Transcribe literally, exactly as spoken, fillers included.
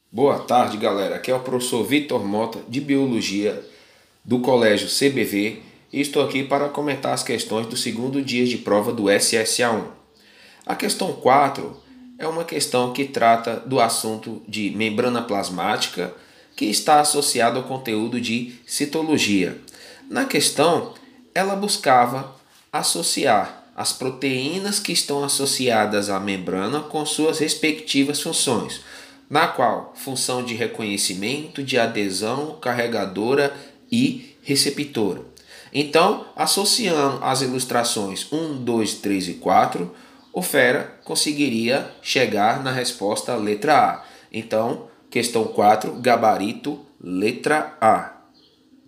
Boa tarde, galera. Aqui é o professor Vitor Mota, de Biologia, do Colégio C B V, e estou aqui para comentar as questões do segundo dia de prova do S S A um. A questão quatro é uma questão que trata do assunto de membrana plasmática, que está associado ao conteúdo de citologia. Na questão, ela buscava associar as proteínas que estão associadas à membrana com suas respectivas funções, na qual função de reconhecimento, de adesão, carregadora e receptora. Então, associando as ilustrações um, dois, três e quatro, o Fera conseguiria chegar na resposta letra A. Então, questão quatro, gabarito, letra A.